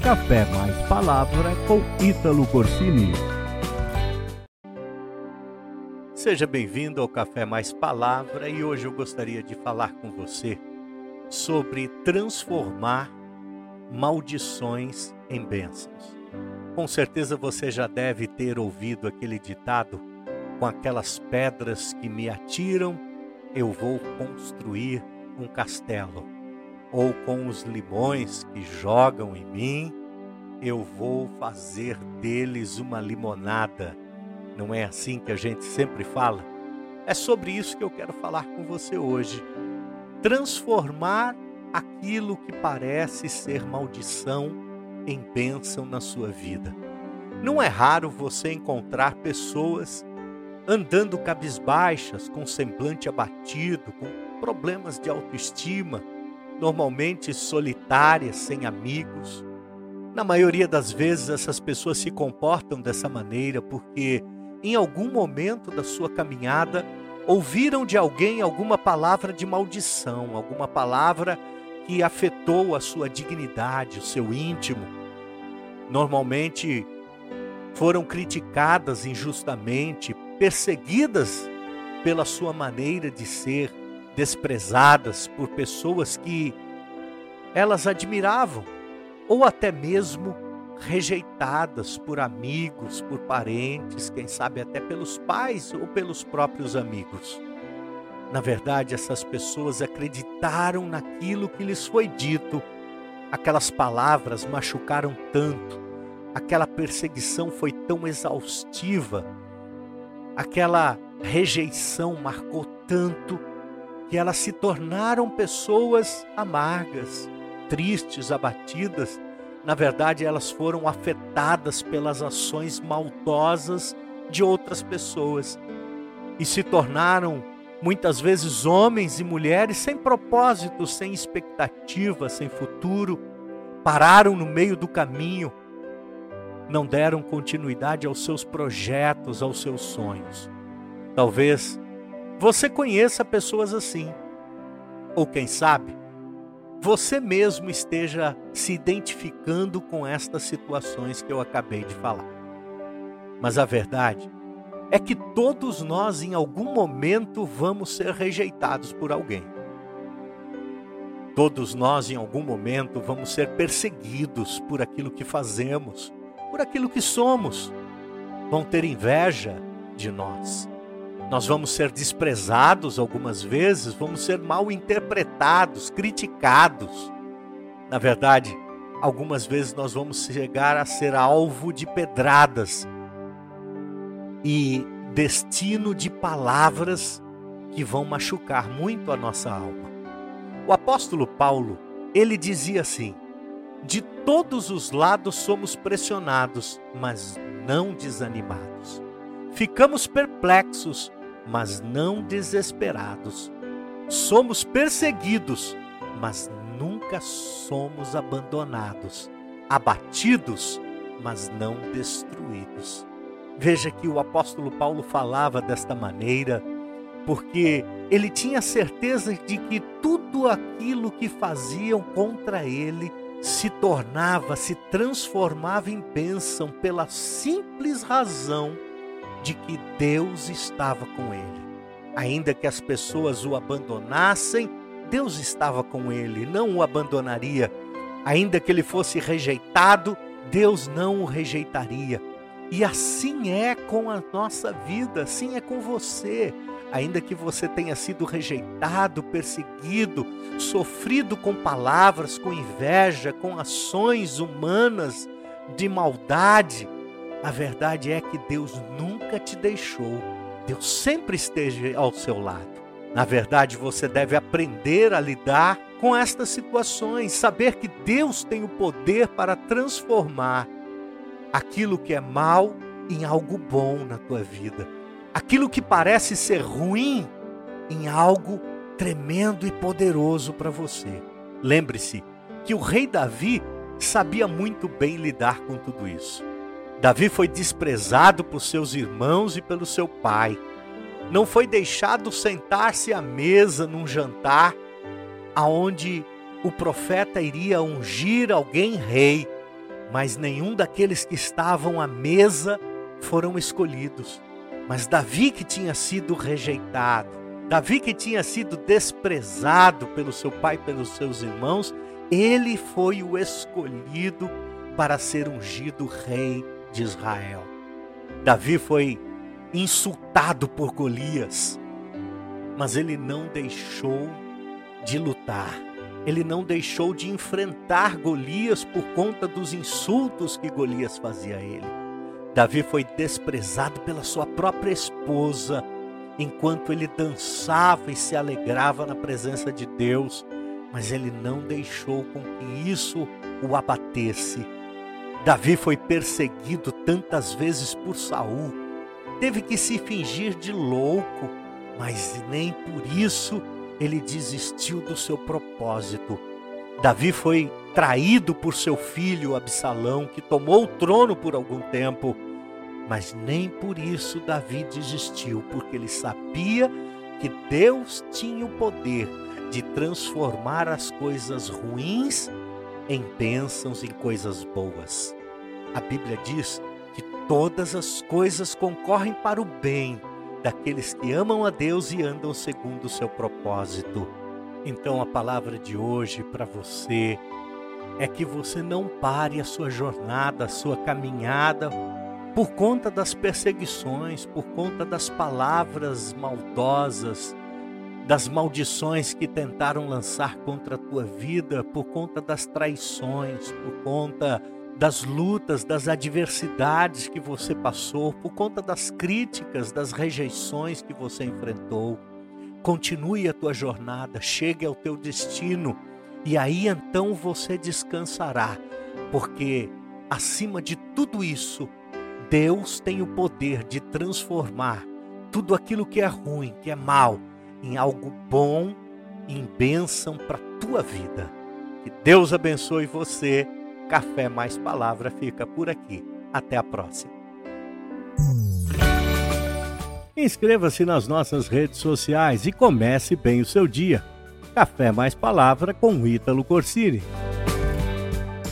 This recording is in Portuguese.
Café mais Palavra com Ítalo Corsini. Seja bem-vindo ao Café mais Palavra e hoje eu gostaria de falar com você sobre transformar maldições em bênçãos. Com certeza você já deve ter ouvido aquele ditado: com aquelas pedras que me atiram, eu vou construir um castelo. Ou com os limões que jogam em mim, eu vou fazer deles uma limonada. Não é assim que a gente sempre fala? É sobre isso que eu quero falar com você hoje. Transformar aquilo que parece ser maldição em bênção na sua vida. Não é raro você encontrar pessoas andando cabisbaixas, com semblante abatido, com problemas de autoestima, normalmente solitárias, sem amigos. Na maioria das vezes essas pessoas se comportam dessa maneira porque em algum momento da sua caminhada ouviram de alguém alguma palavra de maldição, alguma palavra que afetou a sua dignidade, o seu íntimo. Normalmente foram criticadas injustamente, perseguidas pela sua maneira de ser, desprezadas por pessoas que elas admiravam, ou até mesmo rejeitadas por amigos, por parentes, quem sabe até pelos pais ou pelos próprios amigos. Na verdade, essas pessoas acreditaram naquilo que lhes foi dito. Aquelas palavras machucaram tanto, aquela perseguição foi tão exaustiva, aquela rejeição marcou tanto, que elas se tornaram pessoas amargas, tristes, abatidas. Na verdade, elas foram afetadas pelas ações maldosas de outras pessoas e se tornaram, muitas vezes, homens e mulheres sem propósito, sem expectativa, sem futuro. Pararam no meio do caminho, não deram continuidade aos seus projetos, aos seus sonhos. Talvez você conheça pessoas assim, ou quem sabe, você mesmo esteja se identificando com estas situações que eu acabei de falar. Mas a verdade é que todos nós em algum momento vamos ser rejeitados por alguém. Todos nós em algum momento vamos ser perseguidos por aquilo que fazemos, por aquilo que somos. Vão ter inveja de nós. Nós vamos ser desprezados algumas vezes, vamos ser mal interpretados, criticados. Na verdade, algumas vezes nós vamos chegar a ser alvo de pedradas e destino de palavras que vão machucar muito a nossa alma. O apóstolo Paulo, ele dizia assim: de todos os lados somos pressionados, mas não desanimados. Ficamos perplexos, mas não desesperados. Somos perseguidos, mas nunca somos abandonados. Abatidos, mas não destruídos. Veja que o apóstolo Paulo falava desta maneira, porque ele tinha certeza de que tudo aquilo que faziam contra ele se transformava em bênção pela simples razão de que Deus estava com ele. Ainda que as pessoas o abandonassem, Deus estava com ele, não o abandonaria. Ainda que ele fosse rejeitado, Deus não o rejeitaria. E assim é com a nossa vida, assim é com você. Ainda que você tenha sido rejeitado, perseguido, sofrido com palavras, com inveja, com ações humanas de maldade, a verdade é que Deus nunca te deixou. Deus sempre esteve ao seu lado. Na verdade, você deve aprender a lidar com estas situações, saber que Deus tem o poder para transformar aquilo que é mal em algo bom na tua vida. Aquilo que parece ser ruim em algo tremendo e poderoso para você. Lembre-se que o rei Davi sabia muito bem lidar com tudo isso. Davi foi desprezado por seus irmãos e pelo seu pai. Não foi deixado sentar-se à mesa num jantar aonde o profeta iria ungir alguém rei. mas nenhum daqueles que estavam à mesa foram escolhidos. Mas Davi, que tinha sido rejeitado, Davi, que tinha sido desprezado pelo seu pai e pelos seus irmãos, ele foi o escolhido para ser ungido rei de Israel. Davi foi insultado por Golias, mas ele não deixou de lutar. Ele não deixou de enfrentar Golias por conta dos insultos que Golias fazia a ele. Davi foi desprezado pela sua própria esposa, enquanto ele dançava e se alegrava na presença de Deus, mas ele não deixou com que isso o abatesse. Davi foi perseguido tantas vezes por Saul, teve que se fingir de louco, mas nem por isso ele desistiu do seu propósito. Davi foi traído por seu filho Absalão, que tomou o trono por algum tempo, mas nem por isso Davi desistiu, porque ele sabia que Deus tinha o poder de transformar as coisas ruins em bênçãos, em coisas boas. A Bíblia diz que todas as coisas concorrem para o bem daqueles que amam a Deus e andam segundo o seu propósito. Então a palavra de hoje para você é que você não pare a sua jornada, a sua caminhada, por conta das perseguições, por conta das palavras maldosas, das maldições que tentaram lançar contra a tua vida, por conta das traições, por conta das lutas, das adversidades que você passou, por conta das críticas, das rejeições que você enfrentou. Continue a tua jornada, chegue ao teu destino e aí então você descansará, porque acima de tudo isso, Deus tem o poder de transformar tudo aquilo que é ruim, que é mal, em algo bom, em bênção para a tua vida. Que Deus abençoe você. Café Mais Palavra fica por aqui. Até a próxima. Inscreva-se nas nossas redes sociais e comece bem o seu dia. Café Mais Palavra com Ítalo Corsini.